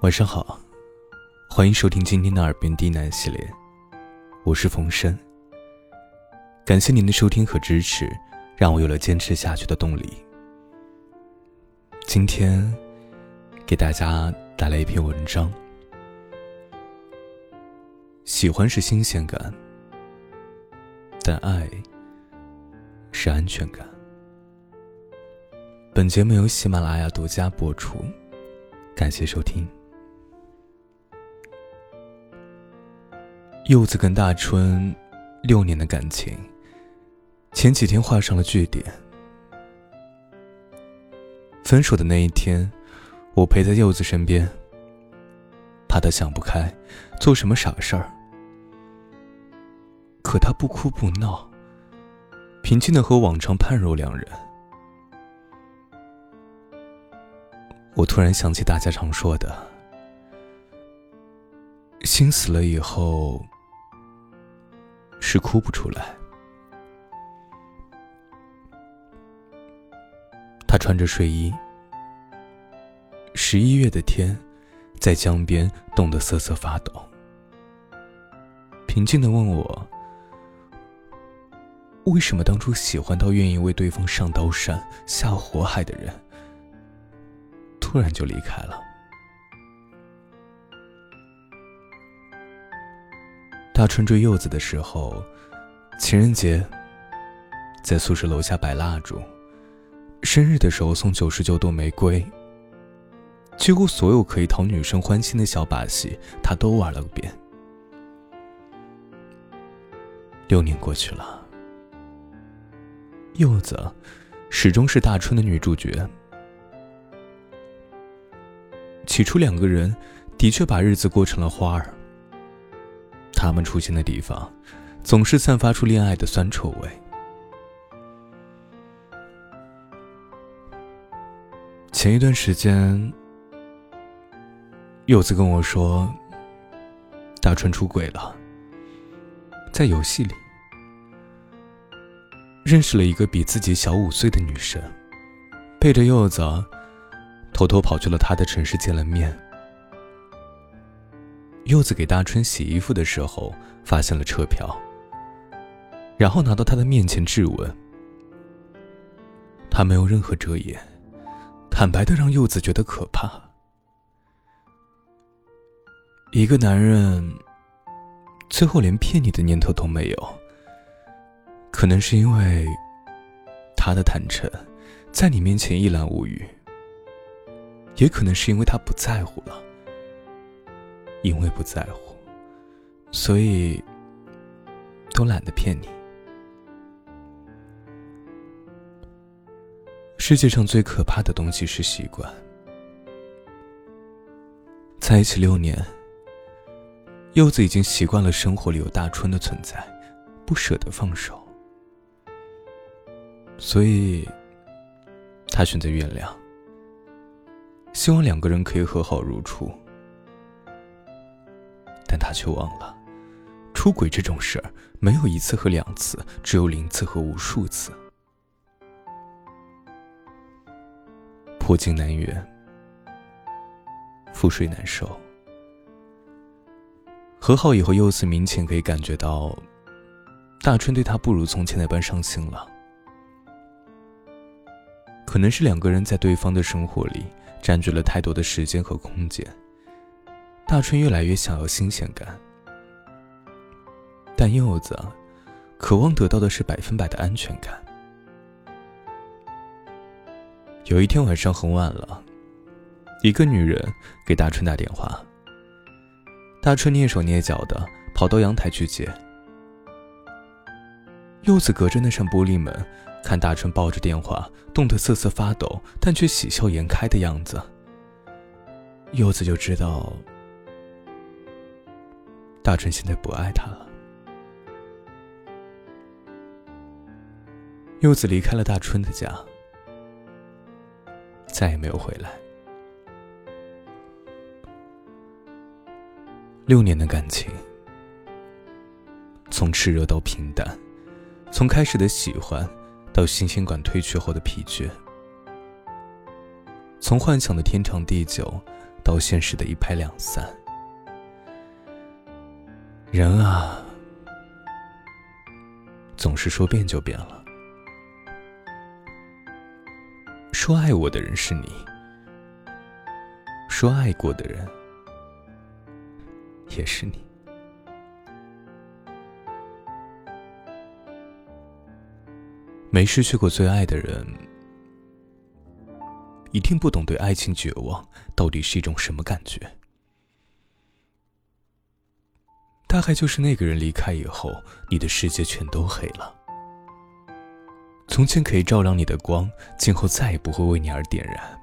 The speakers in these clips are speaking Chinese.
晚上好，欢迎收听今天的耳边低喃系列，我是冯生。感谢您的收听和支持，让我有了坚持下去的动力。今天给大家带来一篇文章，喜欢是新鲜感，但爱是安全感。本节目由喜马拉雅独家播出，感谢收听。柚子跟大春6年的感情，前几天画上了句点。分手的那一天，我陪在柚子身边，怕他想不开，做什么傻事儿。可他不哭不闹，平静地和往常判若两人。我突然想起大家常说的，心死了以后是哭不出来。他穿着睡衣，11月的天在江边冻得瑟瑟发抖，平静地问我，为什么当初喜欢到愿意为对方上刀山下火海的人突然就离开了。大春追柚子的时候，情人节在宿舍楼下摆蜡烛，生日的时候送99朵玫瑰，几乎所有可以讨女生欢心的小把戏他都玩了个遍。6年过去了，柚子始终是大春的女主角。起初2个人的确把日子过成了花儿，他们出现的地方总是散发出恋爱的酸臭味。前一段时间，柚子跟我说大春出轨了，在游戏里认识了一个比自己小5岁的女生，背着柚子偷偷跑去了他的城市见了面。柚子给大春洗衣服的时候发现了车票，然后拿到他的面前质问。他没有任何遮掩，坦白的让柚子觉得可怕。一个男人最后连骗你的念头都没有，可能是因为他的坦诚在你面前一览无余，也可能是因为他不在乎了。因为不在乎，所以都懒得骗你。世界上最可怕的东西是习惯。在一起6年，柚子已经习惯了生活里有大春的存在，不舍得放手，所以他选择原谅，希望2个人可以和好如初。但他却忘了，出轨这种事儿没有1次和2次，只有0次和无数次。破镜难圆，覆水难收。和好以后，柚子明显可以感觉到大春对他不如从前那般上心了。可能是2个人在对方的生活里占据了太多的时间和空间，大春越来越想要新鲜感，但柚子渴望得到的是100%的安全感。有一天晚上很晚了，一个女人给大春打电话，大春蹑手蹑脚的跑到阳台去接。柚子隔着那扇玻璃门看大春抱着电话冻得瑟瑟发抖，但却喜笑颜开的样子，柚子就知道大春现在不爱他了。柚子离开了大春的家，再也没有回来。6年的感情，从炽热到平淡，从开始的喜欢到新鲜感褪去后的疲倦，从幻想的天长地久到现实的一拍两散。人啊，总是说变就变了。说爱我的人是你，说爱过的人也是你。没失去过最爱的人，一定不懂对爱情绝望到底是一种什么感觉。大概就是那个人离开以后，你的世界全都黑了。从前可以照亮你的光，今后再也不会为你而点燃。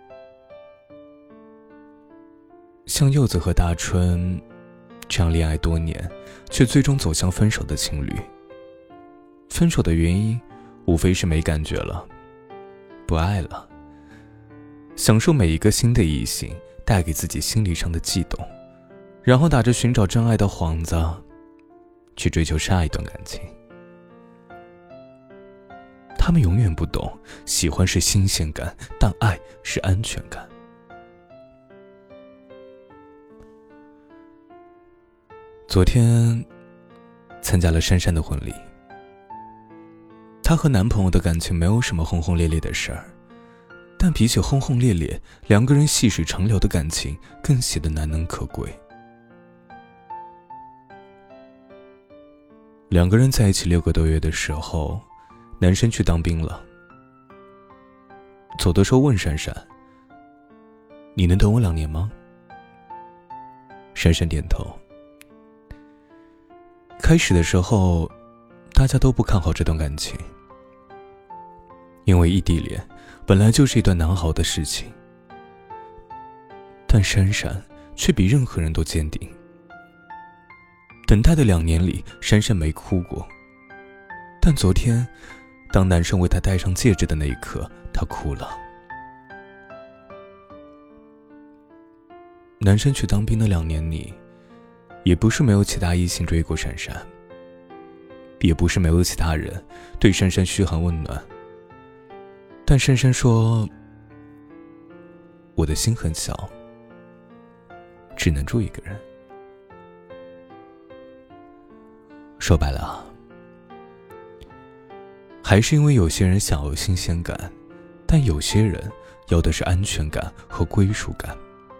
像柚子和大春这样恋爱多年却最终走向分手的情侣，分手的原因无非是没感觉了，不爱了，享受每一个新的异性带给自己心理上的悸动，然后打着寻找真爱的幌子去追求下一段感情。他们永远不懂，喜欢是新鲜感，但爱是安全感。昨天参加了珊珊的婚礼，她和男朋友的感情没有什么轰轰烈烈的事儿，但比起轰轰烈烈，两个人细水长流的感情更显得难能可贵。两个人在一起6个多月的时候，男生去当兵了。走的时候问珊珊：“你能等我2年吗？”珊珊点头。开始的时候，大家都不看好这段感情，因为异地恋本来就是一段难熬的事情。但珊珊却比任何人都坚定。等待的2年里，珊珊没哭过，但昨天当男生为她戴上戒指的那一刻，她哭了。男生去当兵的2年里，也不是没有其他异性追过珊珊，也不是没有其他人对珊珊嘘寒问暖，但珊珊说：“我的心很小，只能住一个人。”说白了，还是因为有些人想要新鲜感，但有些人要的是安全感和归属感。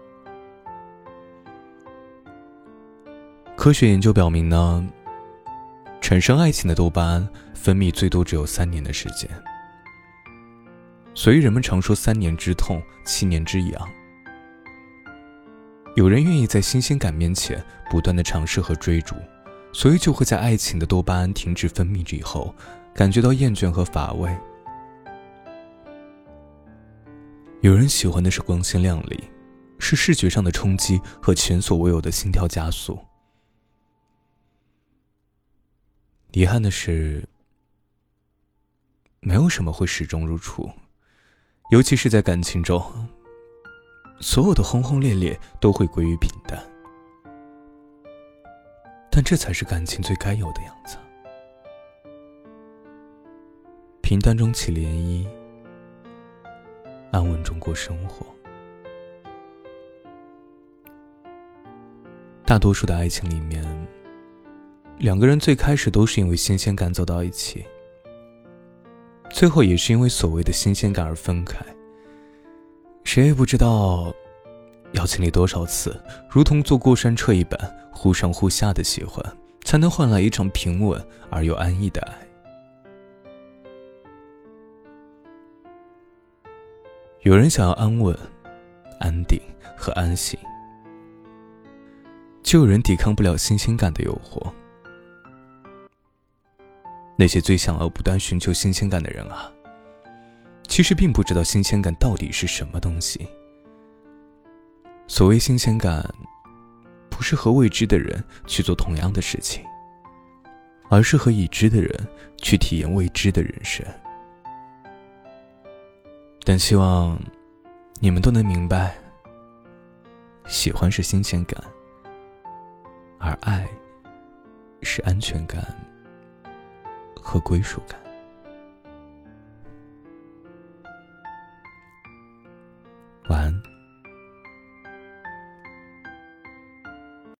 科学研究表明呢，产生爱情的多巴胺分泌最多只有3年的时间，所以人们常说3年之痛，7年之痒。有人愿意在新鲜感面前不断的尝试和追逐，所以就会在爱情的多巴胺停止分泌以后，感觉到厌倦和乏味。有人喜欢的是光鲜亮丽，是视觉上的冲击和前所未有的心跳加速。遗憾的是，没有什么会始终如初，尤其是在感情中，所有的轰轰烈烈都会归于平淡。但这才是感情最该有的样子。平淡中起涟漪，安稳中过生活。大多数的爱情里面，2个人最开始都是因为新鲜感走到一起，最后也是因为所谓的新鲜感而分开。谁也不知道要经历多少次如同坐过山车一般忽上忽下的喜欢，才能换来一场平稳而又安逸的爱。有人想要安稳、安定和安心，就有人抵抗不了新鲜感的诱惑。那些最想要不断寻求新鲜感的人啊，其实并不知道新鲜感到底是什么东西。所谓新鲜感，不是和未知的人去做同样的事情，而是和已知的人去体验未知的人生。但希望你们都能明白，喜欢是新鲜感，而爱是安全感和归属感。